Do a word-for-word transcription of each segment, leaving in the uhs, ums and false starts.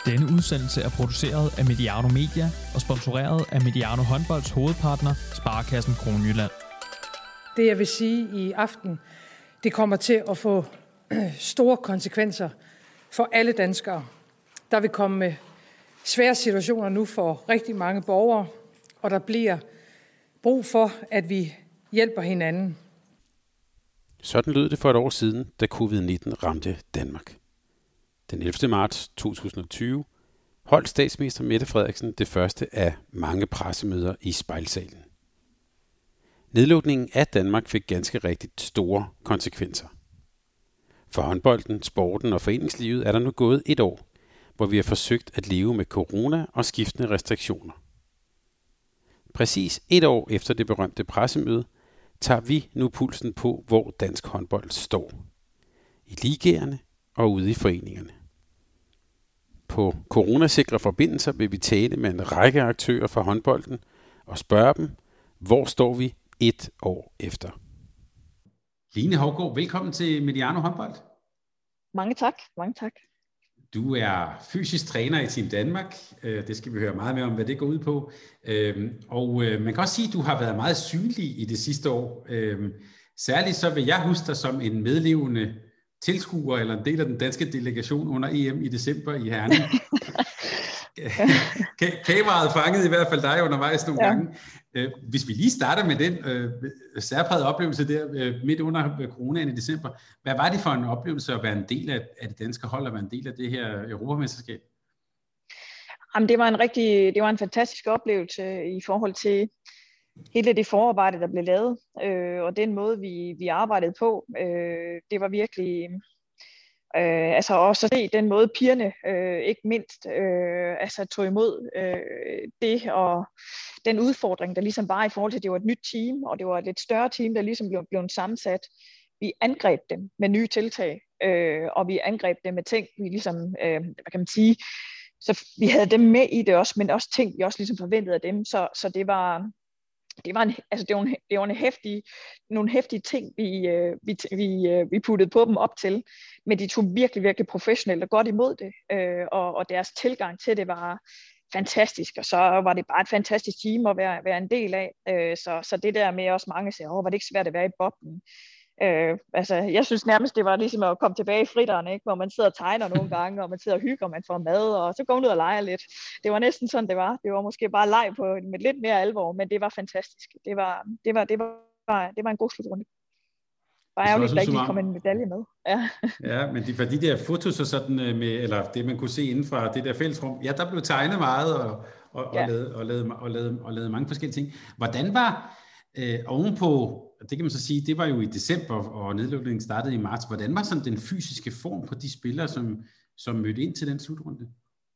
Denne udsendelse er produceret af Mediano Media og sponsoreret af Mediano Håndbolds hovedpartner, Sparekassen Kronjylland. Det jeg vil sige i aften, det kommer til at få store konsekvenser for alle danskere. Der vil komme svære situationer nu for rigtig mange borgere, og der bliver brug for, at vi hjælper hinanden. Sådan lød det for et år siden, da covid nitten ramte Danmark. Den ellevte marts to tusind og tyve holdt statsminister Mette Frederiksen det første af mange pressemøder i Spejlsalen. Nedlukningen af Danmark fik ganske rigtigt store konsekvenser. For håndbolden, sporten og foreningslivet er der nu gået et år, hvor vi har forsøgt at leve med corona og skiftende restriktioner. Præcis et år efter det berømte pressemøde, tager vi nu pulsen på, hvor dansk håndbold står. I ligaerne og ude i foreningerne. På coronasikre forbindelser vil vi tale med en række aktører fra håndbolden og spørge dem, hvor står vi et år efter. Line Hougaard, velkommen til Mediano Håndbold. Mange tak, mange tak. Du er fysisk træner i Team Danmark. Det skal vi høre meget mere om, hvad det går ud på. Og man kan også sige, at du har været meget synlig i det sidste år. Særligt så vil jeg huske dig som en medlevende tilskuer eller en del af den danske delegation under E M i december i Herning. Kameraet fangede i hvert fald dig undervejs nogle ja. gange. Hvis vi lige starter med den øh, særprægede oplevelse der øh, midt under coronaen i december, hvad var det for en oplevelse at være en del af, af det danske hold og være en del af det her Europamesterskab? Jamen, det var en rigtig, det var en fantastisk oplevelse i forhold til hele det forarbejde, der blev lavet, øh, og den måde, vi, vi arbejdede på. Øh, det var virkelig... Øh, altså også at se den måde pigerne øh, ikke mindst øh, altså tog imod øh, det og den udfordring, der ligesom var i forhold til, at det var et nyt team, og det var et lidt større team, der ligesom blev, blev sammensat. Vi angreb dem med nye tiltag, øh, og vi angreb dem med ting, vi ligesom, øh, hvad kan man sige, så vi havde dem med i det også, men også ting, vi også ligesom forventede af dem, så, så det var... Det var, en, altså det var, en, det var en heftig, nogle heftige ting, vi, øh, vi, vi, øh, vi puttede på dem op til. Men de tog virkelig, virkelig professionelt og godt imod det. Øh, og, og deres tilgang til det var fantastisk. Og så var det bare et fantastisk team at være, være en del af. Øh, så, så det der med også mange siger, åh, var det ikke svært at være i boblen? Øh, altså, jeg synes nærmest, det var ligesom at komme tilbage i fritteren, ikke? Hvor man sidder og tegner nogle gange, og man sidder og hygger, og man får mad, og så går man ud og leger lidt. Det var næsten sådan, det var. Det var måske bare leg på med lidt mere alvor, men det var fantastisk. Det var, det var, det var, det var en god slutrunde. Bare ærgerligt, at der ikke lige kom en medalje med. Ja, ja, men de, for de der fotos og sådan med, eller det man kunne se inden fra det der fællesrum, ja, der blev tegnet meget og, og, og, ja. lavet, og, lavet, og, lavet, og lavet mange forskellige ting. Hvordan var øh, ovenpå, det kan man så sige, det var jo i december, og nedlukningen startede i marts. Hvordan var sådan den fysiske form på de spillere, som, som mødte ind til den slutrunde?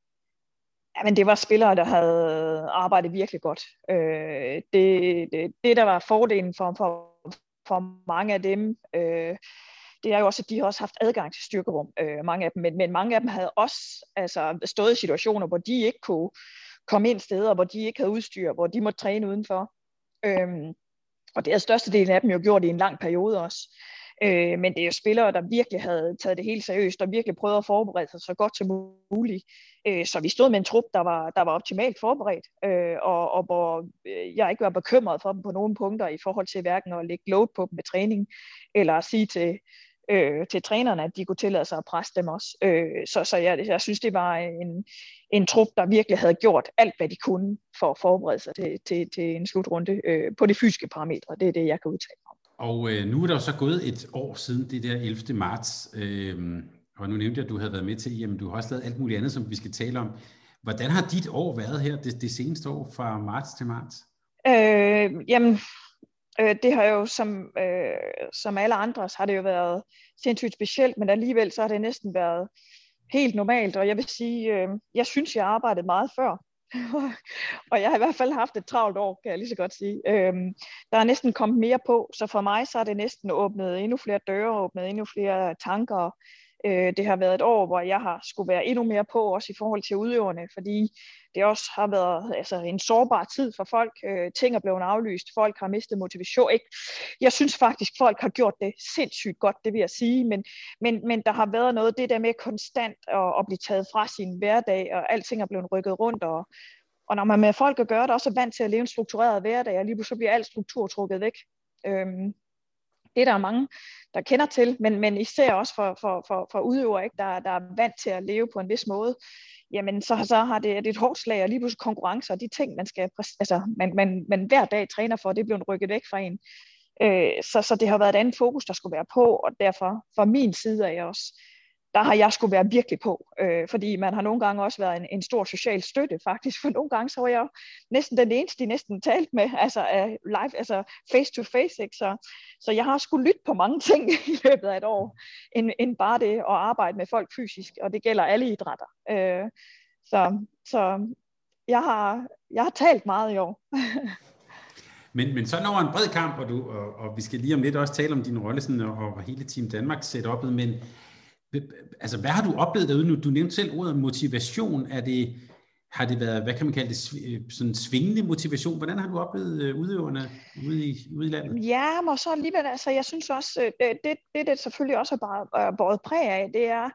Ja, men det var spillere, der havde arbejdet virkelig godt. Øh, det, det, det, der var fordelen for, for, for mange af dem, øh, det er jo også, at de har også haft adgang til styrkerum, øh, mange af dem. Men, men mange af dem havde også altså, stået i situationer, hvor de ikke kunne komme ind steder, hvor de ikke havde udstyr, hvor de måtte træne udenfor. Øh, Og det er størstedelen af dem jo gjort i en lang periode også. Øh, men det er jo spillere, der virkelig havde taget det helt seriøst, og virkelig prøvet at forberede sig så godt som muligt. Øh, så vi stod med en trup, der var, der var optimalt forberedt, øh, og, og hvor jeg ikke var bekymret for dem på nogle punkter i forhold til hverken at lægge load på dem med træning, eller at sige til, øh, til trænerne, at de kunne tillade sig at presse dem også. Øh, så så jeg, jeg synes, det var en, en trup, der virkelig havde gjort alt, hvad de kunne for at forberede sig til, til, til en slutrunde øh, på de fysiske parametre. Det er det, jeg kan udtale om. Og øh, nu er der jo så gået et år siden det der ellevte marts, øh, og nu nævnte jeg, at du havde været med til, jamen du har også lavet alt muligt andet, som vi skal tale om. Hvordan har dit år været her, det, det seneste år, fra marts til marts? Øh, jamen, øh, det har jo som, øh, som alle andres, har det jo været sindssygt specielt, men alligevel så har det næsten været helt normalt, og jeg vil sige, øh, jeg synes, jeg har arbejdet meget før. Og jeg har i hvert fald haft et travlt år, kan jeg lige så godt sige. Øhm, der er næsten kommet mere på, så for mig så er det næsten åbnet endnu flere døre, åbnet endnu flere tanker, Øh, det har været et år, hvor jeg har skulle være endnu mere på, også i forhold til udøverne, fordi det også har været altså, en sårbar tid for folk. Øh, ting er blevet aflyst, folk har mistet motivation. Ikke? Jeg synes faktisk, folk har gjort det sindssygt godt, det vil jeg sige, men, men, men der har været noget, det der med konstant at, at blive taget fra sin hverdag, og alting er blevet rykket rundt, og, og når man med folk at gøre, der også er vant til at leve en struktureret hverdag, og lige pludselig bliver al struktur trukket væk. Øhm, det der er mange, der kender til, men, men især også for, for, for, for udøvere, ikke, der, der er vant til at leve på en vis måde, jamen så, så har det, det er et hårdt slag, og lige pludselig konkurrencer, og de ting, man skal, altså man, man, man hver dag træner for, det er blevet rykket væk fra en. Øh, så, så det har været et andet fokus, der skulle være på, og derfor fra min side af også, der har jeg skulle være virkelig på, øh, fordi man har nogle gange også været en, en stor social støtte faktisk, for nogle gange så var jeg næsten den eneste, de næsten talt med, altså uh, live, altså face to face, ikke? Så, så jeg har skulle lytte på mange ting i løbet af et år, end, end bare det at arbejde med folk fysisk, og det gælder alle idrætter. Øh, så så jeg, har, jeg har talt meget i år. Men, men så når en bred kamp, og, du, og, og vi skal lige om lidt også tale om din rolle sådan, og, og hele Team Danmark setup'et, men altså, hvad har du oplevet derude nu? Du nævnte selv ordet motivation. Er det, har det været, hvad kan man kalde det, sådan svingende motivation? Hvordan har du oplevet udøverne ude i, ude i landet? Ja, og så alligevel, altså, jeg synes også, det det, det, det selvfølgelig også har bare båret præg af, det er,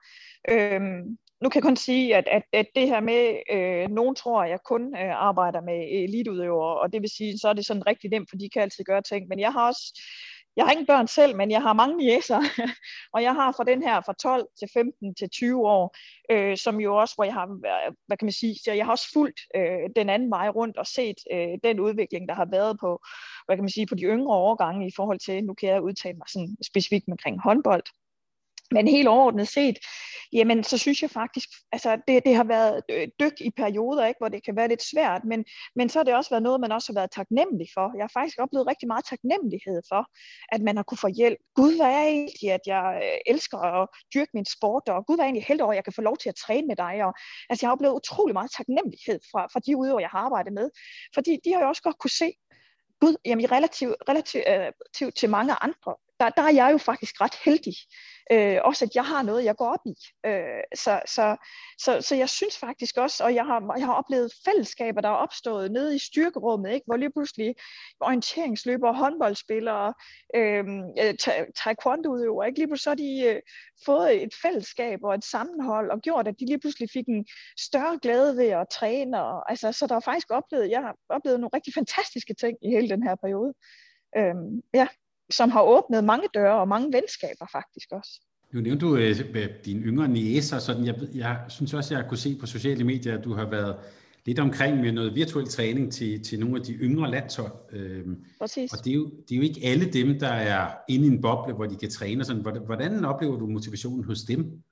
øhm, nu kan jeg kun sige, at, at, at det her med, øh, nogen tror, at jeg kun øh, arbejder med eliteudøvere, og det vil sige, så er det sådan rigtig nemt, for de kan altid gøre ting, men jeg har også, jeg har ingen børn selv, men jeg har mange niecer, og jeg har fra den her fra tolv til femten til tyve år, øh, som jo også, hvor jeg har, hvad kan man sige, så jeg har også fulgt øh, den anden vej rundt og set øh, den udvikling, der har været på, hvad kan man sige, på de yngre årgange i forhold til, nu kan jeg udtale mig sådan specifikt omkring håndbold. Men helt overordnet set, jamen så synes jeg faktisk, altså det, det har været dyk i perioder, ikke, hvor det kan være lidt svært, men, men så har det også været noget, man også har været taknemmelig for. Jeg har faktisk oplevet rigtig meget taknemmelighed for, at man har kunne få hjælp. Gud, hvad er egentlig, at jeg elsker at dyrke min sport, og Gud, hvad er egentlig helt over, at jeg kan få lov til at træne med dig. Og, altså jeg har oplevet utrolig meget taknemmelighed fra, fra de udøvere, jeg har arbejdet med, fordi de har jo også godt kunne se, Gud, jamen relativt relativ, relativ til mange andre, der, der er jeg jo faktisk ret heldig. Øh, også at jeg har noget, jeg går op i. Øh, så, så, så, så jeg synes faktisk også, og jeg har, jeg har oplevet fællesskaber, der er opstået nede i styrkerummet, ikke? Hvor lige pludselig orienteringsløbere, håndboldspillere, øh, taekwondo-udøvere, ikke? Lige pludselig så har de øh, fået et fællesskab og et sammenhold, og gjort, at de lige pludselig fik en større glæde ved at træne. Og, altså, så der er faktisk oplevet, jeg har oplevet nogle rigtig fantastiske ting i hele den her periode. Øh, ja. Som har åbnet mange døre og mange venskaber faktisk også. Nu nævnte du øh, dine yngre niecer, sådan jeg, jeg synes også, jeg kunne se på sociale medier, at du har været lidt omkring med noget virtuel træning til, til nogle af de yngre landshold. Øhm, Præcis. Og det er, jo, det er jo ikke alle dem, der er inde i en boble, hvor de kan træne. Sådan. Hvordan oplever du motivationen hos dem?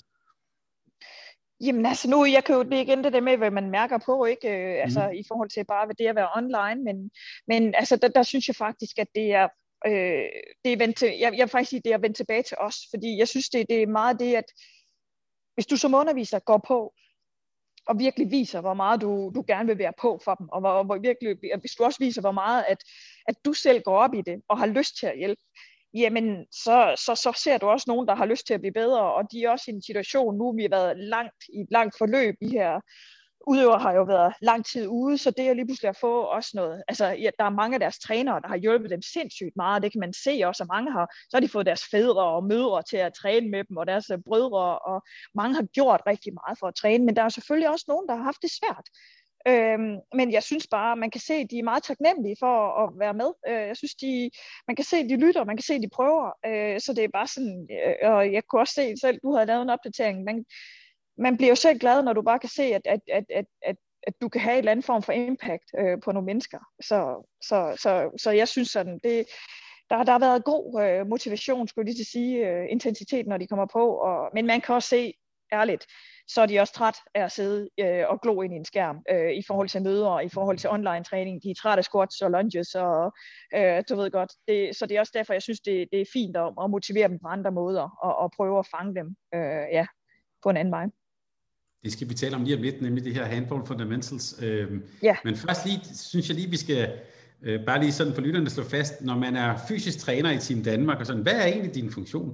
Jamen altså nu, jeg kan jo det igen det der med, hvad man mærker på, ikke? Øh, mm. Altså i forhold til bare det at være online, men, men altså der, der synes jeg faktisk, at det er Øh, det er vendt til, jeg, jeg vil faktisk sige, det er vendt tilbage til os, fordi jeg synes, det, det er meget det, at hvis du som underviser går på, og virkelig viser, hvor meget du, du gerne vil være på for dem, og hvor, hvor virkelig, hvis du også viser, hvor meget, at, at du selv går op i det, og har lyst til at hjælpe, jamen så, så, så ser du også nogen, der har lyst til at blive bedre, og de er også i en situation nu, vi har været langt i et langt forløb, de her udøvere har jo været lang tid ude, så det er lige pludselig at få også noget, altså ja, der er mange af deres trænere, der har hjulpet dem sindssygt meget, det kan man se også, og mange har, så har de fået deres fædre og mødre til at træne med dem, og deres brødre, og mange har gjort rigtig meget for at træne, men der er selvfølgelig også nogen, der har haft det svært. Øhm, men jeg synes bare, man kan se, at de er meget taknemmelige for at være med. Øh, jeg synes, de, man kan se, at de lytter, man kan se, at de prøver, øh, så det er bare sådan, øh, og jeg kunne også se selv, du havde lavet en opdatering, man Man bliver jo selv glad, når du bare kan se, at, at, at, at, at, at du kan have en eller anden form for impact øh, på nogle mennesker. Så, så, så, så jeg synes sådan, det, der, der har været god øh, motivation, skulle jeg lige til sige, øh, intensitet, når de kommer på. Og, men man kan også se, ærligt, så er de også træt af at sidde øh, og glo ind i en skærm øh, i forhold til møder, i forhold til online træning. De er trætte af squats og lunges, og øh, du ved godt. Det, så det er også derfor, jeg synes, det, det er fint at, at motivere dem på andre måder, og, og prøve at fange dem øh, ja, på en anden vej. Det skal vi tale om lige om lidt, nemlig det her handball fundamentals. Øhm, ja. Men først lige, synes jeg lige, vi skal øh, bare lige sådan for lytterne slå fast, når man er fysisk træner i Team Danmark, og sådan, hvad er egentlig din funktion?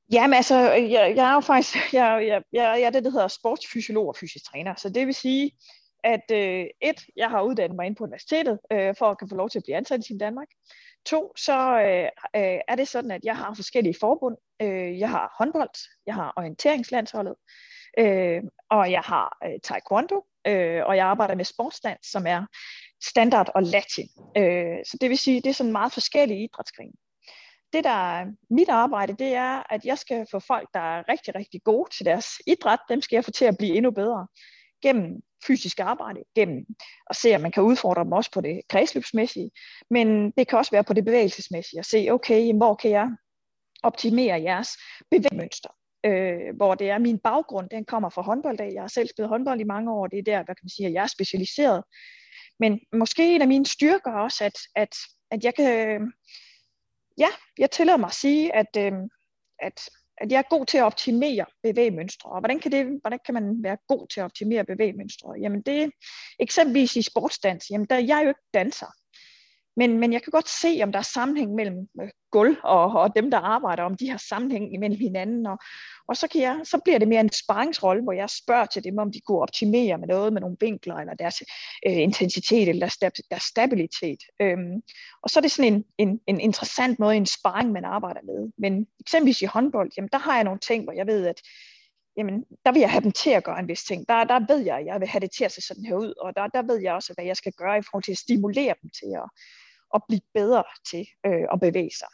Jamen altså, jeg, jeg er jo faktisk, jeg, jeg, jeg, jeg er det, der hedder sportsfysiolog og fysisk træner, så det vil sige, at øh, et, jeg har uddannet mig inde på universitetet, øh, for at kan få lov til at blive ansat i Team Danmark. To, så øh, øh, er det sådan, at jeg har forskellige forbund. Øh, jeg har håndbold, jeg har orienteringslandsholdet, øh, og jeg har øh, taekwondo, øh, og jeg arbejder med sportsdans, som er standard og latin. Øh, så det vil sige, det er sådan meget forskellige idrætsgrene. Det, der er mit arbejde, det er, at jeg skal få folk, der er rigtig, rigtig gode til deres idræt, dem skal jeg få til at blive endnu bedre gennem fysisk arbejde, gennem at se, om man kan udfordre dem også på det kredsløbsmæssige, men det kan også være på det bevægelsesmæssige, at se, okay, hvor kan jeg optimere jeres bevægemønster, øh, hvor det er min baggrund, den kommer fra håndbold af. Jeg har selv spillet håndbold i mange år, det er der, hvad kan man sige, at jeg er specialiseret, men måske en af mine styrker også, at, at, at jeg kan, ja, jeg tillader mig at sige, at, øh, at at jeg er god til at optimere bevægemønstre. Og hvordan kan, det, hvordan kan man være god til at optimere bevægemønstre? Jamen det eksempelvis i sportsdans, jamen der, jeg er jo ikke danser. Men, men jeg kan godt se, om der er sammenhæng mellem gulv og, og dem, der arbejder, om de har sammenhæng mellem hinanden. Og, og så, kan jeg, så bliver det mere en sparringsrolle, hvor jeg spørger til dem, om de kunne optimere med noget, med nogle vinkler, eller deres øh, intensitet, eller deres, deres stabilitet. Øhm, og så er det sådan en, en, en interessant måde, en sparring, man arbejder med. Men eksempelvis i håndbold, jamen, der har jeg nogle ting, hvor jeg ved, at jamen, der vil jeg have dem til at gøre en vis ting. Der, der ved jeg, at jeg vil have det til at se sådan her ud, og der, der ved jeg også, hvad jeg skal gøre i forhold til at stimulere dem til at og blive bedre til øh, at bevæge sig.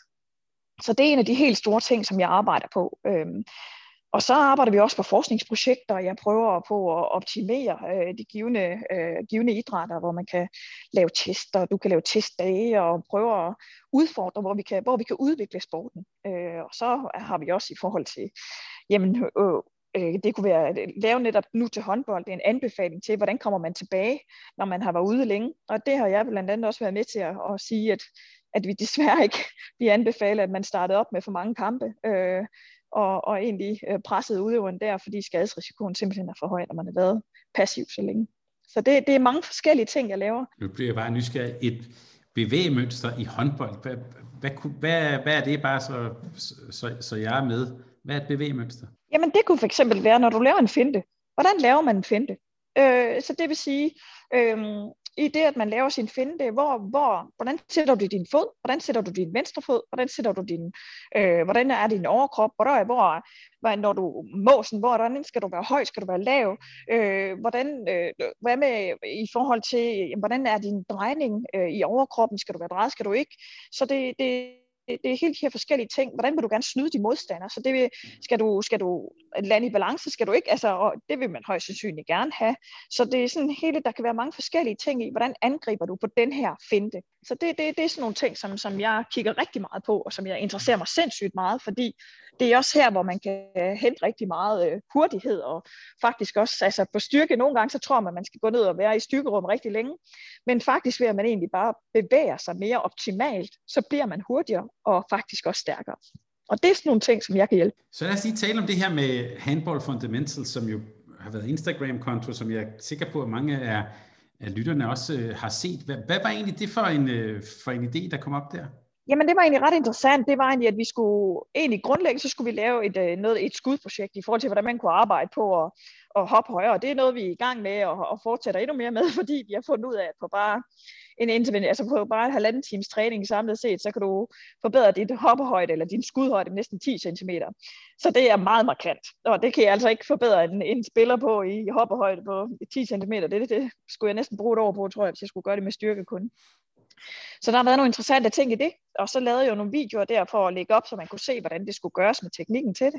Så det er en af de helt store ting, som jeg arbejder på. Øhm, og så arbejder vi også på forskningsprojekter, og jeg prøver på at optimere øh, de givne, øh, givne idrætter, hvor man kan lave tester, du kan lave testdage, og prøve at udfordre, hvor vi kan, hvor vi kan udvikle sporten. Øh, og så har vi også i forhold til, jamen, øh, det kunne være at lave netop nu til håndbold, det er en anbefaling til, hvordan kommer man tilbage, når man har været ude længe. Og det har jeg blandt andet også været med til at, at sige, at, at vi desværre ikke bliver anbefalet, at man startede op med for mange kampe, øh, og, og egentlig pressede udøveren der, fordi skadesrisikoen simpelthen er for høj, når man har været passiv så længe. Så det, det er mange forskellige ting, jeg laver. Nu bliver jeg bare nysgerrig. Et bevægemønster i håndbold, hvad, hvad, hvad, hvad er det bare, så, så, så jeg er med? Hvad er et bevægemønster? Jamen det kunne for eksempel være, når du laver en finte. Hvordan laver man en finte? Øh, så det vil sige, øh, i det, at man laver sin finte, hvor, hvor, hvordan sætter du din fod? Hvordan sætter du din venstre fod? Hvordan sætter du din, øh, hvordan er din overkrop? Hvor, der, hvor, hvor når du måsen, hvor, hvordan skal du være høj? Skal du være lav? Øh, hvordan, øh, hvad med i forhold til, hvordan er din drejning øh, i overkroppen? Skal du være drejet? Skal du ikke? Så det, det det er helt de her forskellige ting. Hvordan vil du gerne snyde de modstandere? Så det vil, skal du skal du lande i balance, skal du ikke? Altså, og det vil man højst sandsynligt gerne have. Så det er sådan hele, der kan være mange forskellige ting i, hvordan angriber du på den her finte. Så det, det, det er sådan nogle ting, som, som jeg kigger rigtig meget på, og som jeg interesserer mig sindssygt meget, fordi det er også her, hvor man kan hente rigtig meget øh, hurtighed, og faktisk også altså på styrke. Nogle gange så tror man, at man skal gå ned og være i styrkerummet rigtig længe, men faktisk ved at man egentlig bare bevæger sig mere optimalt, så bliver man hurtigere og faktisk også stærkere. Og det er sådan nogle ting, som jeg kan hjælpe. Så lad os lige tale om det her med Handball Fundamentals, som jo har været Instagram-konto, som jeg er sikker på, at mange af, af lytterne også øh, har set. Hvad, hvad var egentlig det for en, øh, for en idé, der kom op der? Jamen det var egentlig ret interessant. Det var egentlig, at vi skulle, egentlig grundlæggende, så skulle vi lave et, noget, et skudprojekt i forhold til, hvordan man kunne arbejde på at, at hoppe højere. Det er noget, vi er i gang med at, at fortsætte endnu mere med, fordi vi har fundet ud af, at på bare en intervention, altså på bare en halvanden times træning samlet set, så kan du forbedre dit hoppehøjde eller din skudhøjde med næsten ti centimeter. Så det er meget markant. Og det kan jeg altså ikke forbedre en, en spiller på i hoppehøjde på ti centimeter. Det, det skulle jeg næsten bruge et år på, tror jeg, hvis jeg skulle gøre det med styrke kun. Så der har været nogle interessante ting i det, og så lavede jeg jo nogle videoer der for at lægge op, så man kunne se, hvordan det skulle gøres med teknikken til det.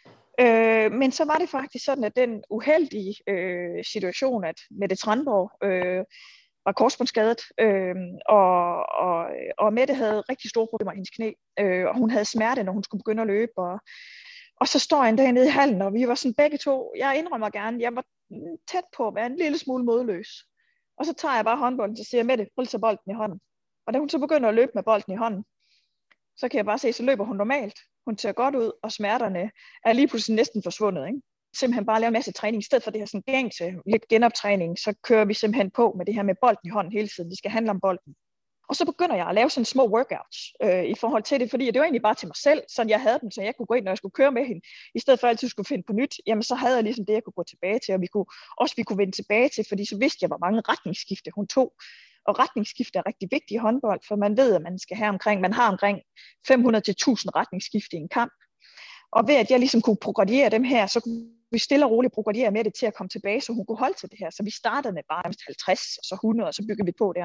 Øh, men så var det faktisk sådan, at den uheldige øh, situation, at Mette Tranborg øh, var korsbåndsskadet, øh, og, og, og Mette havde rigtig store problemer i hendes knæ, øh, og hun havde smerte, når hun skulle begynde at løbe, og, og så står jeg en dag nede i hallen, og vi var sådan begge to, jeg indrømmer gerne, jeg var tæt på at være en lille smule modløs. Og så tager jeg bare håndbolden, så siger jeg, Mette, prøv at tage bolden i hånden. Og da hun så begynder at løbe med bolden i hånden, så kan jeg bare se, så løber hun normalt. Hun ser godt ud, og smerterne er lige pludselig næsten forsvundet. Ikke? Simpelthen bare lave en masse træning. I stedet for det her sådan gængse lidt genoptræning, så kører vi simpelthen på med det her med bolden i hånden hele tiden. Det skal handle om bolden. Og så begynder jeg at lave sådan små workouts øh, i forhold til det, fordi det var egentlig bare til mig selv, så jeg havde dem, så jeg kunne gå ind, når jeg skulle køre med hende. I stedet for altid skulle finde på nyt, jamen så havde jeg ligesom det, jeg kunne gå tilbage til, og vi kunne, også vi kunne vende tilbage til, fordi så vidste jeg, hvor mange retningsskifte hun tog. Og retningsskifte er rigtig vigtigt i håndbold, for man ved, at man skal have omkring, man har omkring fem hundrede til tusind retningsskifte i en kamp. Og ved at jeg ligesom kunne progrediere dem her, så kunne vi stille og roligt progrediere med det til at komme tilbage, så hun kunne holde til det her. Så vi startede med bare halvtreds, og så hundrede, og så byggede vi på der.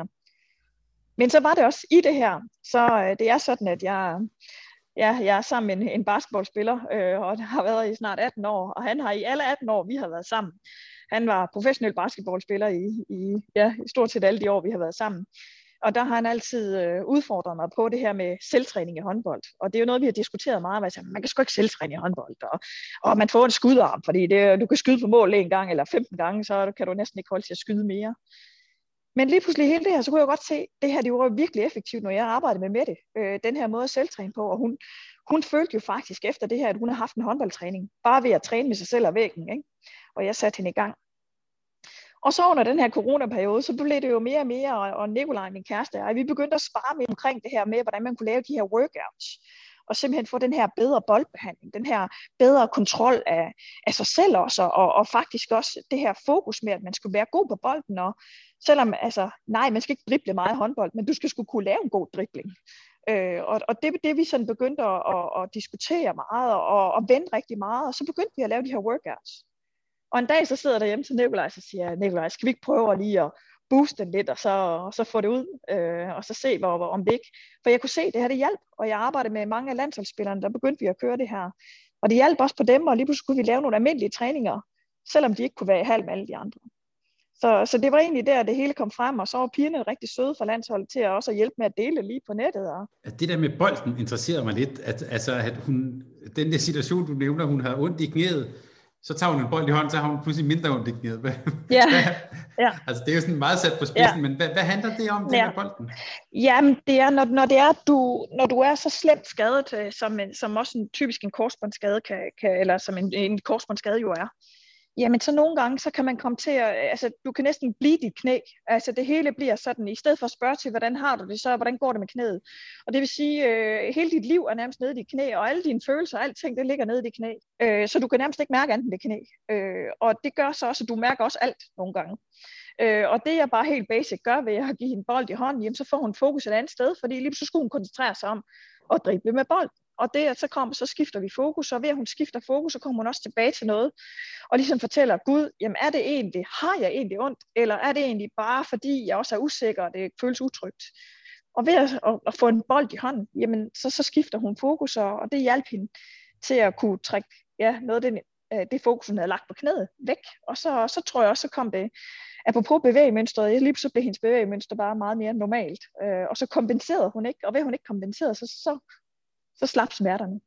Men så var det også i det her, så øh, det er sådan, at jeg, ja, jeg er sammen med en, en basketballspiller, øh, og har været i snart atten år, og han har i alle atten år, vi har været sammen. Han var professionel basketballspiller i, i, ja, i stort set alle de år, vi har været sammen. Og der har han altid øh, udfordret mig på det her med selvtræning i håndbold. Og det er jo noget, vi har diskuteret meget. Hvor jeg siger, man kan sgu ikke selvtræne i håndbold. Og, og man får en skudarm, fordi det, du kan skyde på mål en gang eller femten gange, så kan du næsten ikke holde til at skyde mere. Men lige pludselig hele det her, så kunne jeg godt se, at det her det var virkelig effektivt, når jeg arbejdede med Mette. Øh, den her måde at selvtræne på. Og hun, hun følte jo faktisk efter det her, at hun har haft en håndboldtræning. Bare ved at træne med sig selv og væggen. Ikke? Og jeg satte hende i gang. Og så under den her coronaperiode, så blev det jo mere og mere, og Nikolaj, min kæreste, og vi begyndte at spare med omkring det her med, hvordan man kunne lave de her workouts, og simpelthen få den her bedre boldbehandling, den her bedre kontrol af, af sig selv også, og, og faktisk også det her fokus med, at man skulle være god på bolden, og selvom, altså, nej, man skal ikke drible meget håndbold, men du skal skulle kunne lave en god dribling. Øh, og, og det det, vi sådan begyndte at, at, at diskutere meget, og, og vente rigtig meget, og så begyndte vi at lave de her workouts. Og en dag så sidder der hjemme til Nikolaj, og så siger jeg, Nikolaj, skal vi ikke prøve lige at booste den lidt, og så, og så få det ud, øh, og så se, hvor, hvor, om det ikke. For jeg kunne se, at det her det hjalp, og jeg arbejdede med mange af landsholdsspillerne, der begyndte vi at køre det her. Og det hjalp også på dem, og lige pludselig skulle vi lave nogle almindelige træninger, selvom de ikke kunne være i halv med alle de andre. Så, så det var egentlig der, det hele kom frem, og så var pigerne rigtig søde fra landsholdet til at også at hjælpe med at dele lige på nettet. Og... Det der med bolden interesserer mig lidt, at, altså, at hun, den der situation, du nævner, hun har ondt i knæet, så tager hun en bold i hånden, så har hun pludselig mindre ondt i knæet. Ja. Ja. Altså det er jo sådan meget sat på spidsen, ja. Men hvad, hvad handler det om, det ja. med bolden? Jamen det er, når, når det er, du, når du er så slemt skadet, som, som også en, typisk en korsbåndsskade, kan, kan, eller som en, en korsbåndsskade jo er, jamen så nogle gange, så kan man komme til at, altså du kan næsten blive dit knæ, altså det hele bliver sådan, i stedet for at spørge til, hvordan har du det, så hvordan går det med knæet, og det vil sige, øh, hele dit liv er nærmest nede i dit knæ, og alle dine følelser, alting, det ligger nede i dit knæ, øh, så du kan nærmest ikke mærke andet end det knæ, øh, og det gør så også, at du mærker også alt nogle gange, øh, og det jeg bare helt basic gør ved at give hende bold i hånden, jamen så får hun fokus et andet sted, fordi lige så skulle hun koncentrere sig om at drible med bold. Og det, så kommer, så skifter vi fokus, og ved at hun skifter fokus, så kommer hun også tilbage til noget, og ligesom fortæller Gud, jamen er det egentlig, har jeg egentlig ondt, eller er det egentlig bare fordi, jeg også er usikker, og det føles utrygt. Og ved at, at, at få en bold i hånden, jamen så, så skifter hun fokus, og, og det hjalp hende til at kunne trække ja, noget af det, det fokus, hun havde lagt på knæet, væk. Og så, så tror jeg også, så kom det, apropos bevægemønstret, lige så blev hendes bevægemønster bare meget mere normalt, øh, og så kompenserede hun ikke, og ved hun ikke kompenserede, så, så så slap smerterne.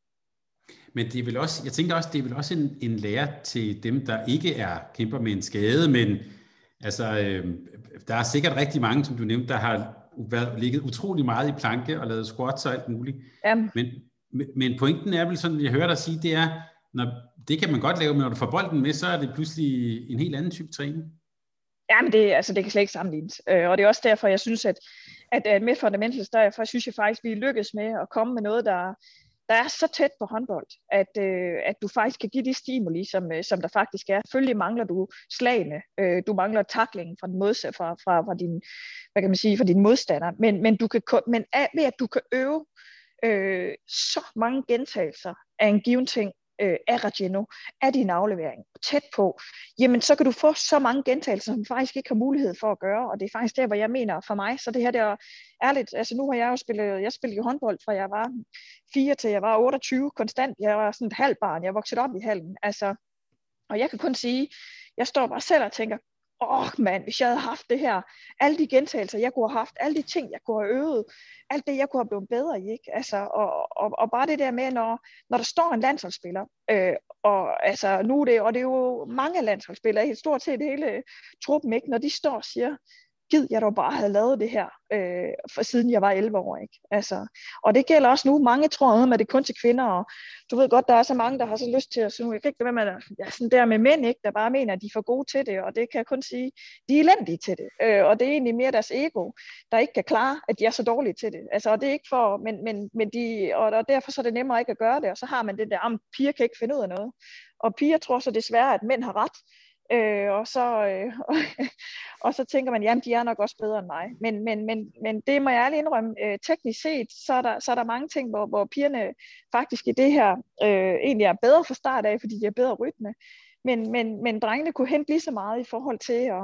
Men det er vel også, jeg tænker også, det er vel også en, en lære til dem, der ikke er kæmper med en skade, men altså, øh, der er sikkert rigtig mange, som du nævnte, der har været, ligget utrolig meget i planke og lavet squats og alt muligt. Ja. Men, men pointen er vel sådan, jeg hører dig sige, det er, når, det kan man godt lave, men når du får bolden med, så er det pludselig en helt anden type træning. Ja, men det, altså, det kan slet ikke sammenlignes. Øh, og det er også derfor, jeg synes, at, at, at med Fundamentals, derfor synes jeg faktisk, vi lykkes med at komme med noget, der, der er så tæt på håndbold, at, øh, at du faktisk kan give de stimuli, som, som der faktisk er. Selvfølgelig mangler du slagene, øh, du mangler taklingen fra, den mods- fra, fra, fra, din, hvad kan man sige, fra din modstander, men, men, du kan, men ved at du kan øve øh, så mange gentagelser af en given ting, Øh, af Regino, af din aflevering, tæt på, jamen så kan du få så mange gentagelser, som du faktisk ikke har mulighed for at gøre, og det er faktisk der, hvor jeg mener for mig, så det her, det er ærligt, altså nu har jeg jo spillet, jeg spillede jo håndbold, fra jeg var fire til jeg var otteogtyve, konstant, jeg var sådan et halvbarn, jeg voksede op i hallen, altså, og jeg kan kun sige, jeg står bare selv og tænker, åh oh, mand, hvis jeg havde haft det her, alle de gentagelser, jeg kunne have haft, alle de ting, jeg kunne have øvet, alt det, jeg kunne have blevet bedre i, ikke? Altså, og, og, og bare det der med, når, når der står en landsholdsspiller, øh, og altså, nu er det, og det er jo mange landsholdsspillere, helt stort set hele truppen, ikke? Når de står og siger, gid jeg dog bare havde lavet det her, øh, for siden jeg var elleve år, ikke? Altså, og det gælder også nu. Mange tror, at det er kun til kvinder, og du ved godt, der er så mange, der har så lyst til at sige, jeg kan ikke lade være med, at ja, sådan der med mænd, ikke, der bare mener, at de er for gode til det, og det kan jeg kun sige, de er elendige til det, øh, og det er egentlig mere deres ego, der ikke kan klare, at de er så dårlige til det. Altså, og det er ikke for, men, men, men de, og, og derfor så er det nemmere ikke at gøre det, og så har man det der, at piger kan ikke finde ud af noget, og piger tror så desværre, at mænd har ret. Øh, og, så, øh, og så tænker man, jamen de er nok også bedre end mig. Men, men, men, men det må jeg ærligt indrømme, øh, teknisk set, så er, der, så er der mange ting, hvor, hvor pigerne faktisk i det her øh, egentlig er bedre fra start af, fordi de har bedre rytme. Men, men, men drengene kunne hente lige så meget i forhold til at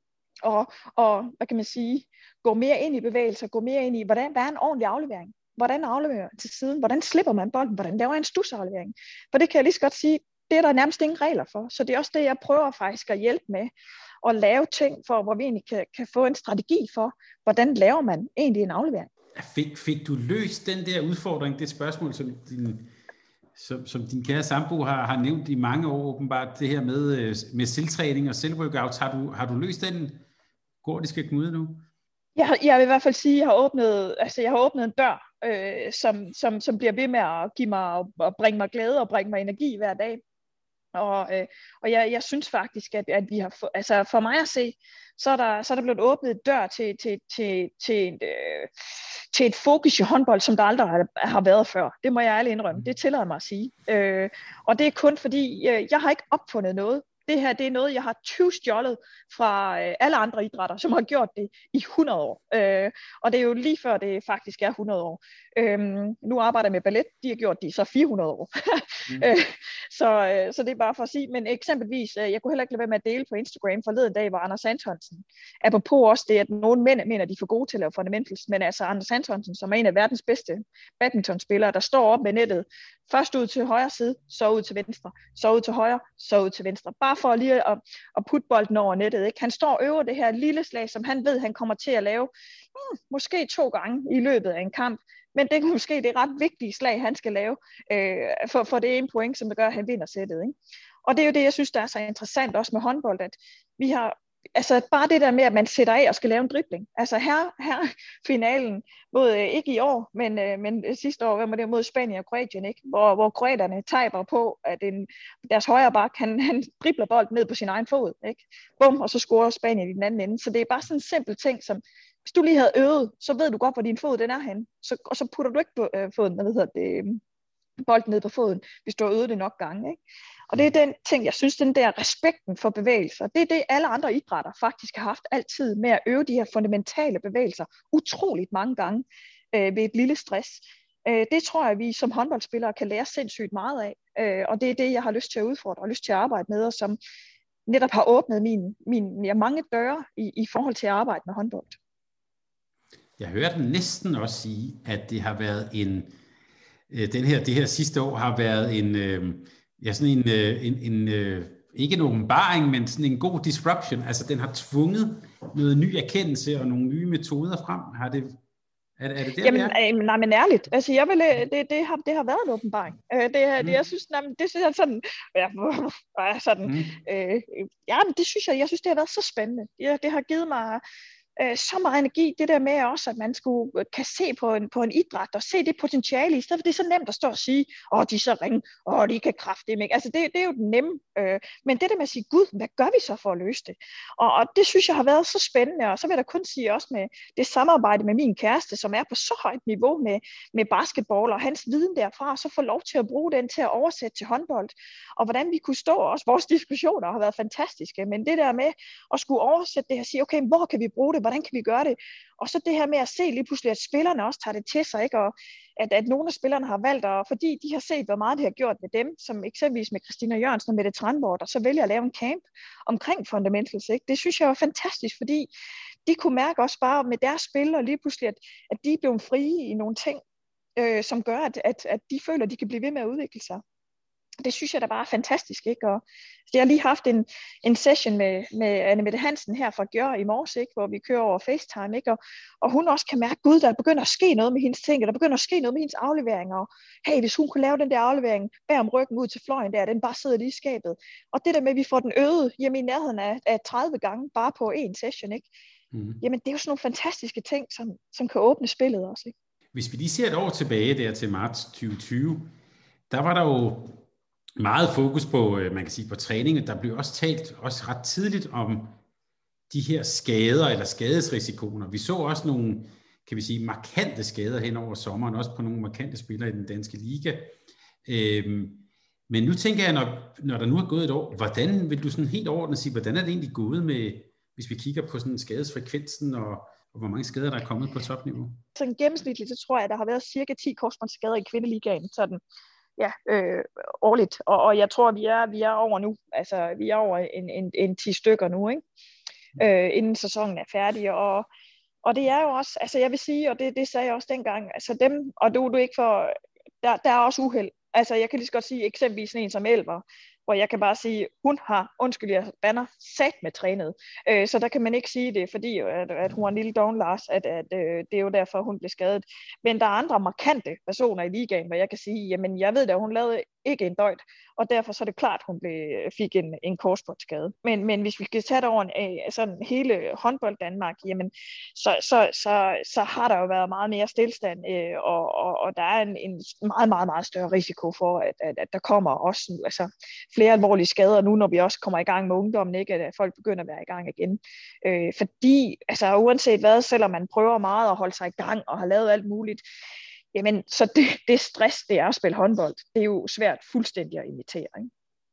og, og, hvad kan man sige, gå mere ind i bevægelser, gå mere ind i, hvordan, hvad er en ordentlig aflevering? Hvordan afleverer man til siden? Hvordan slipper man bolden? Hvordan laver jeg en stusaflevering? For det kan jeg lige så godt sige, det er der nærmest ingen regler for. Så det er også det, jeg prøver faktisk at hjælpe med. At lave ting, for, hvor vi egentlig kan, kan få en strategi for, hvordan laver man egentlig en aflevering. Fik, fik du løst den der udfordring, det spørgsmål, som din, som, som din kære sambo har, har nævnt i mange år, åbenbart, det her med, med selvtræning og selvworkouts. Har du, har du løst den gordiske knude nu? Jeg, jeg vil i hvert fald sige, at jeg har åbnet, altså jeg har åbnet en dør, øh, som, som, som bliver ved med at give mig og bringe mig glæde og bringe mig energi hver dag. Og, øh, og jeg, jeg synes faktisk, at, at vi har, få, altså for mig at se, så er der, så er der blevet åbnet et dør til, til, til, til, et, øh, til et fokus i håndbold, som der aldrig har, har været før. Det må jeg ærligt indrømme. Det tillader mig at sige. Øh, og det er kun fordi, øh, jeg har ikke opfundet noget. Det her, det er noget, jeg har tyvstjålet fra øh, alle andre idrætter, som har gjort det i hundrede år. Øh, og det er jo lige før det faktisk er hundrede år. Øh, nu arbejder jeg med ballet, de har gjort det i så fire hundrede år. mm. øh, så, øh, så det er bare for at sige, men eksempelvis, øh, jeg kunne heller ikke lade være med at dele på Instagram forleden dag, hvor Anders Antonsen, apropos også det, at nogle mænd mener, at de er for gode til at lave fundamentals, men altså Anders Antonsen, som er en af verdens bedste badmintonspillere, der står op med nettet, først ud til højre side, så ud til venstre, så ud til højre, så ud til venstre. Bare for lige at, at putte bolden over nettet. Ikke? Han står og øver det her lille slag, som han ved, han kommer til at lave hmm, måske to gange i løbet af en kamp. Men det er måske det ret vigtige slag, han skal lave, øh, for, for det ene point, som der gør, at han vinder sættet. Ikke? Og det er jo det, jeg synes, der er så interessant også med håndbold, at vi har altså bare det der med, at man sætter af og skal lave en dribling. Altså her, her finalen, både øh, ikke i år, men, øh, men sidste år, var det mod Spanien og Kroatien, ikke? Hvor, hvor kroaterne taber på, at en, deres højre bak, han, han dribler bolden ned på sin egen fod. Ikke? Bum, og så scorer Spanien i den anden ende. Så det er bare sådan en simpel ting, som hvis du lige havde øvet, så ved du godt, hvor din fod den er henne. Så, og så putter du ikke på, øh, foden, hvad hedder det, bolden ned på foden, hvis du har øvet det nok gange. Ikke? Og det er den ting, jeg synes, den der respekten for bevægelser, det er det, alle andre idrætter faktisk har haft altid med at øve de her fundamentale bevægelser utroligt mange gange øh, ved et lille stress. Øh, det tror jeg, vi som håndboldspillere kan lære sindssygt meget af, øh, og det er det, jeg har lyst til at udfordre og lyst til at arbejde med, og som netop har åbnet min, min, ja, mange døre i, i forhold til at arbejde med håndbold. Jeg hørte næsten også sige, at det har været en Den her, det her sidste år har været en, øh, ja, sådan en, øh, en, en øh, ikke en åbenbaring, men sådan en god disruption. Altså den har tvunget noget ny erkendelse og nogle nye metoder frem. Har det, er, er det der, Jamen, det øh, nej, men ærligt. Altså, jeg vil, det, det, har, det har været en åbenbaring. Øh, det, mm. det, jeg synes, nej, det synes jeg sådan, ja, sådan, mm. øh, ja, men det synes jeg, jeg synes, det har været så spændende. Ja, det har givet mig så meget energi, det der med også, at man skulle, kan se på en, på en idræt og se det potentiale, i stedet for det er så nemt at stå og sige, åh, oh, de er så ringe, åh, oh, de kan kraftedeme ikke. Altså, det, det er jo den nemme. Øh, men det der med at sige, gud, hvad gør vi så for at løse det? Og, og det synes jeg har været så spændende, og så vil jeg da kun sige også med det samarbejde med min kæreste, som er på så højt niveau med, med basketball og hans viden derfra, så få lov til at bruge den til at oversætte til håndbold, og hvordan vi kunne stå, også vores diskussioner har været fantastiske, men det der med at skulle oversætte det her, sige, okay, hvor kan vi bruge det? Hvordan kan vi gøre det? Og så det her med at se lige pludselig, at spillerne også tager det til sig, ikke? Og at, at nogle af spillerne har valgt, og fordi de har set, hvor meget det har gjort med dem, som eksempelvis med Christina Jørgensen og Mette Tranborg, og så vælger at lave en camp omkring fundamentals. Ikke? Det synes jeg var fantastisk, fordi de kunne mærke også bare med deres spil, og lige pludselig, at, at de blev frie i nogle ting, øh, som gør, at, at, at de føler, at de kan blive ved med at udvikle sig. Det synes jeg da bare er fantastisk, ikke? Og jeg har lige haft en, en session med, med Anne Mette Hansen her fra Gjør i morges, ikke? Hvor vi kører over FaceTime, ikke? Og, og hun også kan mærke, gud, der begynder at ske noget med hendes ting, der begynder at ske noget med hendes afleveringer, og hey, hvis hun kunne lave den der aflevering bag om ryggen ud til fløjen der, den bare sidder lige i skabet. Og det der med, at vi får den øget hjemme i nærheden af, af tredive gange bare på én session, ikke? Mm. Jamen, det er jo sådan nogle fantastiske ting, som, som kan åbne spillet også, ikke? Hvis vi lige ser et år tilbage der til marts tyve tyve, der var der jo meget fokus på, man kan sige, på træning. Der blev også talt også ret tidligt om de her skader eller skadesrisikoer. Vi så også nogle, kan vi sige, markante skader hen over sommeren, også på nogle markante spillere i den danske liga. Øhm, men nu tænker jeg, når, når der nu er gået et år, hvordan vil du sådan helt overordnet sige, hvordan er det egentlig gået med, hvis vi kigger på sådan skadesfrekvensen og, og hvor mange skader der er kommet på topniveau? Sådan gennemsnitligt, så tror jeg, at der har været cirka ti korsbåndsskader i kvindeligaen, sådan ja, øh, årligt. Og, og jeg tror, at vi er, vi er over nu. Altså, vi er over en, en, en ti stykker nu, ikke? Øh, inden sæsonen er færdig. Og, og det er jo også, altså jeg vil sige, og det, det sagde jeg også dengang, altså dem, og du, du ikke for, der, der er også uheld. Altså jeg kan lige så godt sige eksempelvis sådan en som Elver, hvor jeg kan bare sige, hun har, undskyld jeg banner, sat med trænet. Øh, så der kan man ikke sige det, fordi at, at hun er en lille doven Lars, at, at øh, det er jo derfor, hun blev skadet. Men der er andre markante personer i ligaen, hvor jeg kan sige, jamen jeg ved da, hun lavede ikke en døjt, og derfor så er det klart, at hun blev, fik en, en korsbåndsskade. Men, men hvis vi skal tage det over en, sådan hele håndbold Danmark, jamen så, så, så, så har der jo været meget mere stillstand, øh, og, og, og der er en, en meget, meget, meget større risiko for, at, at, at der kommer også altså, flere alvorlige skader nu, når vi også kommer i gang med ungdommen, ikke? At folk begynder at være i gang igen. Øh, fordi, altså uanset hvad, selvom man prøver meget at holde sig i gang og har lavet alt muligt, jamen, så det, det stress, det er at spille håndbold, det er jo svært fuldstændig at imitere, ikke?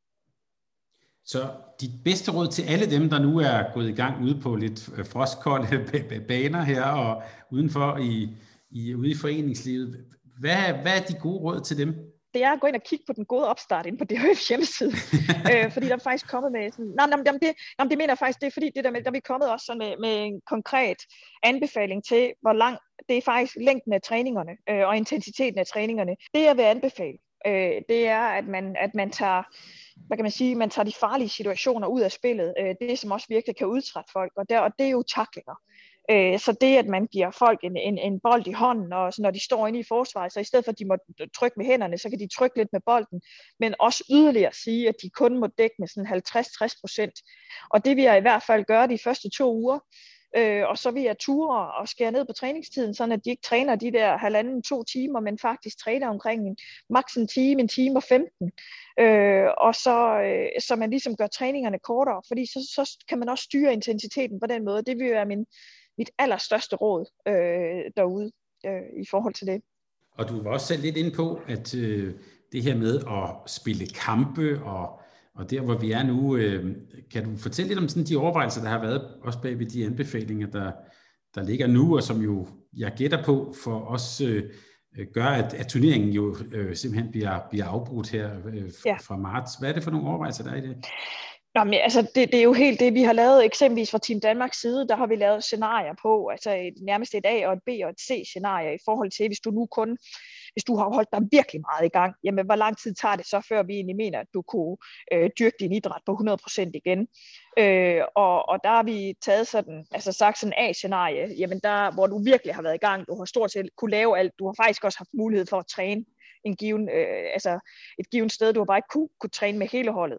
Så dit bedste råd til alle dem, der nu er gået i gang ude på lidt frostkolde baner her og udenfor i, i, ude i foreningslivet, hvad, hvad er de gode råd til dem? Det er at gå ind og kigge på den gode opstart inde på D H F's hjemmeside. øh, fordi der er faktisk kommet med sådan, nej, nej, nej, det, nej, det mener jeg faktisk, det er fordi, det der med, der er vi kommet også med, med en konkret anbefaling til, hvor lang, det er faktisk længden af træningerne øh, og intensiteten af træningerne. Det jeg vil anbefale, øh, det er, at man, at man tager, hvad kan man sige, man tager de farlige situationer ud af spillet, øh, det som også virkelig kan udtrætte folk, og, der, og det er jo tacklinger. Så det, at man giver folk en, en, en bold i hånden, og så når de står inde i forsvaret, så i stedet for, at de må trykke med hænderne, så kan de trykke lidt med bolden, men også yderligere sige, at de kun må dække med sådan halvtreds til tres procent. Og det vil jeg i hvert fald gøre de første to uger, øh, og så vil jeg ture og skære ned på træningstiden, sådan at de ikke træner de der halvanden, to timer, men faktisk træner omkring en, maks en time, en time og femten. Øh, og så, øh, så man ligesom gør træningerne kortere, fordi så, så kan man også styre intensiteten på den måde. Det vil være min mit allerstørste råd øh, derude øh, i forhold til det. Og du var også selv lidt inde på, at øh, det her med at spille kampe, og, og der hvor vi er nu, øh, kan du fortælle lidt om sådan de overvejelser, der har været også bag ved de anbefalinger, der, der ligger nu, og som jo, jeg gætter på, for os øh, gør, at, at turneringen jo øh, simpelthen bliver, bliver afbrudt her øh, fra, ja. fra marts. Hvad er det for nogle overvejelser, der er i det? Nå, men, altså, det, det er jo helt det, vi har lavet eksempelvis fra Team Danmarks side, der har vi lavet scenarier på, altså et, nærmest et A og et B og et C-scenarie i forhold til, hvis du nu kun, hvis du har holdt dig virkelig meget i gang, jamen hvor lang tid tager det så, før vi egentlig mener, at du kunne øh, dyrke din idræt på hundrede procent igen. Øh, og, og der har vi taget sådan, altså sagt sådan A-scenarie, jamen der, hvor du virkelig har været i gang, du har stort set kunne lave alt, du har faktisk også haft mulighed for at træne en given, øh, altså et given sted, du har bare ikke kunne, kunne træne med hele holdet.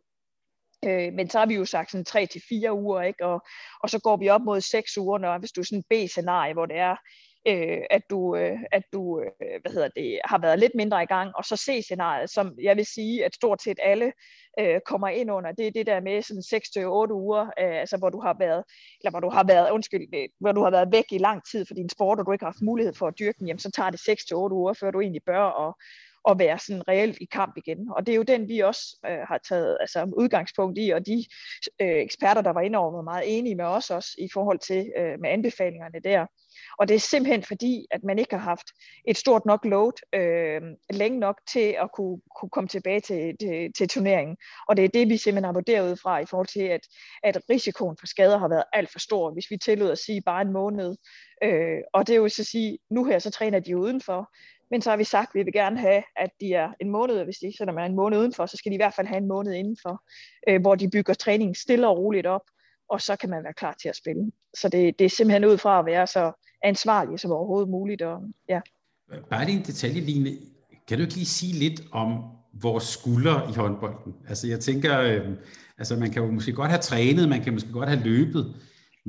Øh, men så har vi jo sagt sådan tre til fire uger, ikke? Og, og så går vi op mod seks uger, når hvis du er sådan en B-scenarie, hvor det er, øh, at du, øh, at du øh, hvad hedder det, har været lidt mindre i gang, og så C-scenariet, som jeg vil sige, at stort set alle øh, kommer ind under, det er det der med sådan seks til otte uger, øh, altså hvor du har været, eller hvor du har været, undskyld, hvor du har været væk i lang tid for din sport, og du ikke har haft mulighed for at dyrke den, jamen så tager det seks til otte uger, før du egentlig bør, og og være sådan reelt i kamp igen. Og det er jo den, vi også øh, har taget altså, udgangspunkt i, og de øh, eksperter, der var inde over, var meget enige med os også i forhold til øh, med anbefalingerne der. Og det er simpelthen fordi, at man ikke har haft et stort nok load øh, længe nok til at kunne, kunne komme tilbage til, til, til turneringen. Og det er det, vi simpelthen har vurderet ud fra i forhold til, at, at risikoen for skader har været alt for stor, hvis vi tillod at sige bare en måned. Øh, og det er jo så at sige, nu her så træner de udenfor, men så har vi sagt, at vi vil gerne have, at de er en måned, hvis de sætter man en måned udenfor, så skal de i hvert fald have en måned indenfor, øh, hvor de bygger træningen stille og roligt op, og så kan man være klar til at spille. Så det, det er simpelthen ud fra at være så ansvarlig som overhovedet muligt. Og, ja. Bare lige en detalje, Line. Kan du ikke lige sige lidt om vores skulder i håndbolden? Altså jeg tænker, øh, altså man kan jo måske godt have trænet, man kan måske godt have løbet,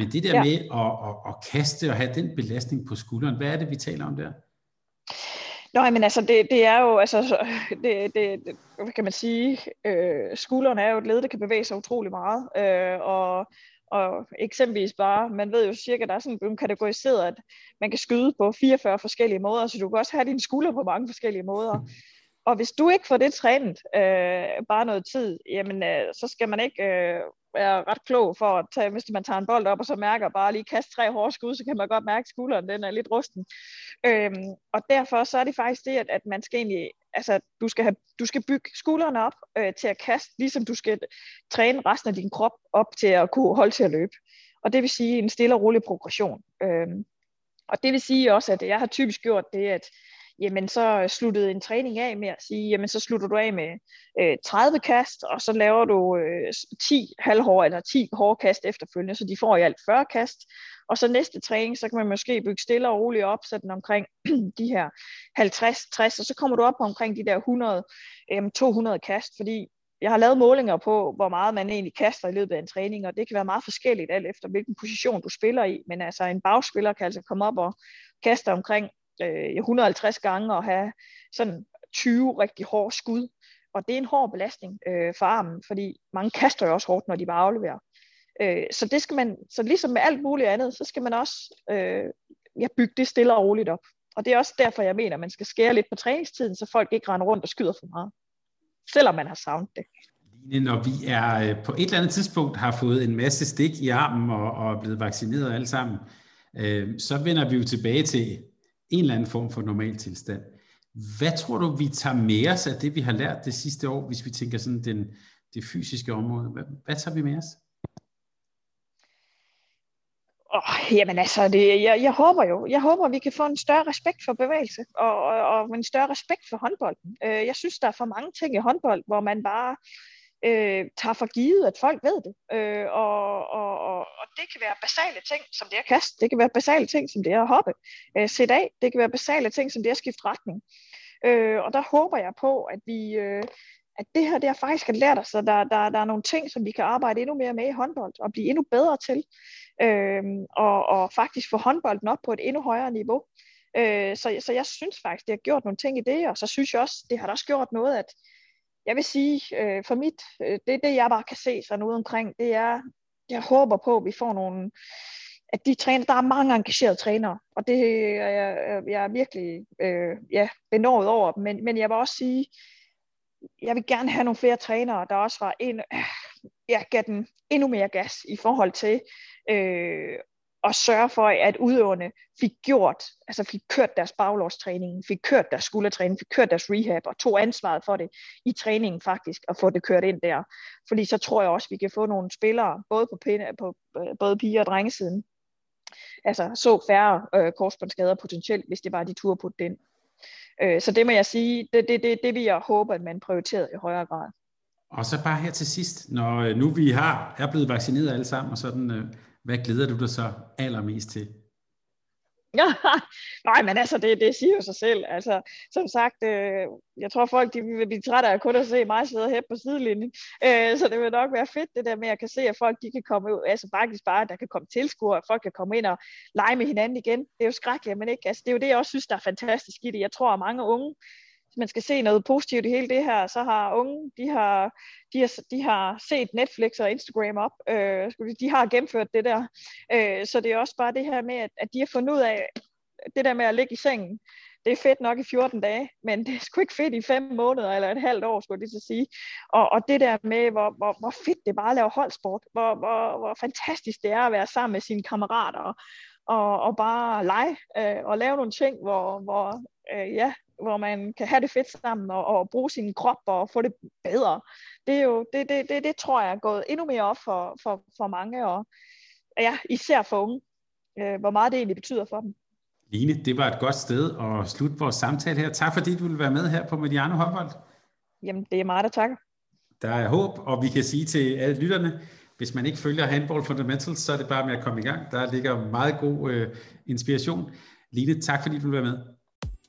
Men det der ja. med at, at, at kaste og have den belastning på skulderen, hvad er det, vi taler om der? Nå, men altså, det, det er jo, altså, det, det, det, hvad kan man sige, øh, skulderen er jo et led, der kan bevæge sig utrolig meget, øh, og, og eksempelvis bare, man ved jo cirka, der er sådan en kategoriseret, at man kan skyde på fireogfyrre forskellige måder, så du kan også have dine skulder på mange forskellige måder. Og hvis du ikke får det trænet øh, bare noget tid, jamen øh, så skal man ikke øh, være ret klog for at tage, hvis man tager en bold op og så mærker bare lige kaste tre hårde skud, så kan man godt mærke, at skulderen den er lidt rusten. Øhm, og derfor så er det faktisk det, at, at man skal egentlig, altså du skal, have, du skal bygge skuldrene op øh, til at kaste, ligesom du skal træne resten af din krop op til at kunne holde til at løbe. Og det vil sige en stille og rolig progression. Øhm, og det vil sige også, at jeg har typisk gjort det, at jamen så sluttede en træning af med at sige, jamen så slutter du af med øh, tredive kast, og så laver du øh, ti halvhårde eller ti hårde kast efterfølgende, så de får i alt fyrre kast. Og så næste træning, så kan man måske bygge stille og roligt op, så den omkring de her halvtreds tres, og så kommer du op på omkring de der hundrede til to hundrede kast, fordi jeg har lavet målinger på, hvor meget man egentlig kaster i løbet af en træning, og det kan være meget forskelligt alt efter, hvilken position du spiller i, men altså en bagspiller kan altså komme op og kaste omkring et hundrede og halvtreds gange og have sådan tyve rigtig hårde skud. Og det er en hård belastning øh, for armen, fordi mange kaster jo også hårdt, når de bare afleverer. Øh, så det skal man, så ligesom med alt muligt andet, så skal man også øh, ja, bygge det stille og roligt op. Og det er også derfor, jeg mener, at man skal skære lidt på træningstiden, så folk ikke render rundt og skyder for meget. Selvom man har savnet det. Når vi er på et eller andet tidspunkt har fået en masse stik i armen og, og er blevet vaccineret alle sammen, øh, så vender vi jo tilbage til en eller anden form for normal tilstand. Hvad tror du, vi tager med os af det, vi har lært det sidste år, hvis vi tænker sådan den, det fysiske område? Hvad, hvad tager vi med os? Oh, jamen altså, det, jeg, jeg håber jo, jeg håber, at vi kan få en større respekt for bevægelse, og, og, og en større respekt for håndbolden. Jeg synes, der er for mange ting i håndbold, hvor man bare øh, tager for givet, at folk ved det. Øh, og, og, og, og det kan være basale ting, som det er at kaste. Det kan være basale ting, som det er at hoppe. Øh, sætte af. Det kan være basale ting, som det er at skifte retning. Øh, og der håber jeg på, at vi... Øh, at det her, det har faktisk lært os, at der, der, der er nogle ting, som vi kan arbejde endnu mere med i håndbold, og blive endnu bedre til, øh, og, og faktisk få håndbolden op på et endnu højere niveau. Øh, så, så jeg synes faktisk, det har gjort nogle ting i det, og så synes jeg også, det har også gjort noget, at jeg vil sige, øh, for mit, øh, det det, jeg bare kan se sådan ude omkring, det er, jeg håber på, at vi får nogle, at de træner, der er mange engagerede trænere, og det er jeg, jeg er virkelig øh, ja, benådet over, men, men jeg vil også sige, jeg vil gerne have nogle flere trænere, der også var en, jeg gav den endnu mere gas i forhold til øh, at sørge for, at udøverne fik gjort, altså fik kørt deres baglårstræning, fik kørt deres skuldertræning, fik kørt deres rehab og tog ansvaret for det i træningen faktisk, og få det kørt ind der. Fordi så tror jeg også, vi kan få nogle spillere, både på, pinde, på både piger- og drengesiden, altså så færre øh, korsbåndsskader potentielt, hvis det bare de turde putte det ind. Så det må jeg sige, det, det, det, det vil jeg håbe, at man prioriterer i højere grad. Og så bare her til sidst, når nu vi har, er blevet vaccineret alle sammen, og sådan, hvad glæder du dig så allermest til? Nej, men altså, det, det siger jo sig selv. Altså, som sagt, øh, jeg tror folk, de vil blive trætte af kun at se mig sidde her på sidelinjen. Øh, så det vil nok være fedt, det der med, at jeg kan se, at folk, de kan komme ud, altså faktisk bare, at der kan komme tilskuere, at folk kan komme ind og lege med hinanden igen. Det er jo skrækkeligt, men ikke? Altså, det er jo det, jeg også synes, der er fantastisk i det. Jeg tror, at mange unge, hvis man skal se noget positivt i hele det her, så har unge, de har, de har, de har set Netflix og Instagram op, øh, de har gennemført det der, øh, så det er også bare det her med, at, at de har fundet ud af, det der med at ligge i sengen, det er fedt nok i fjorten dage, men det er sgu ikke fedt i fem måneder, eller et halvt år, skulle jeg lige sige, og, og det der med, hvor, hvor, hvor fedt det er bare at lave holdsport, hvor, hvor, hvor fantastisk det er at være sammen med sine kammerater, og, og, og bare lege, øh, og lave nogle ting, hvor, hvor øh, ja, hvor man kan have det fedt sammen og, og bruge sin krop og få det bedre. Det er jo det, det, det, det tror jeg er gået endnu mere op for, for, for mange, og ja, især for unge, øh, hvor meget det egentlig betyder for dem. Line, det var et godt sted at slutte vores samtale her. Tak fordi du ville være med her på Mediano Håndbold. Jamen, det er mig, der takker. Der er håb, og vi kan sige til alle lytterne, hvis man ikke følger Handball Fundamentals, så er det bare med at komme i gang. Der ligger meget god øh, inspiration. Line, tak fordi du ville være med.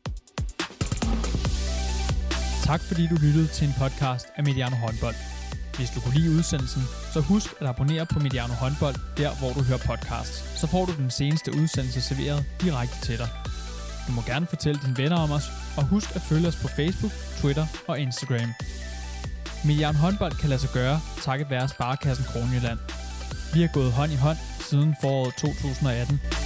Tak fordi du lyttede til en podcast af Mediano Håndbold. Hvis du kunne lide udsendelsen, så husk at abonnere på Mediano Håndbold, der hvor du hører podcasts. Så får du den seneste udsendelse serveret direkte til dig. Du må gerne fortælle dine venner om os, og husk at følge os på Facebook, Twitter og Instagram. Mediano Håndbold kan lade sig gøre, takket være Sparekassen Kronjylland. Vi har gået hånd i hånd siden foråret to tusind og atten.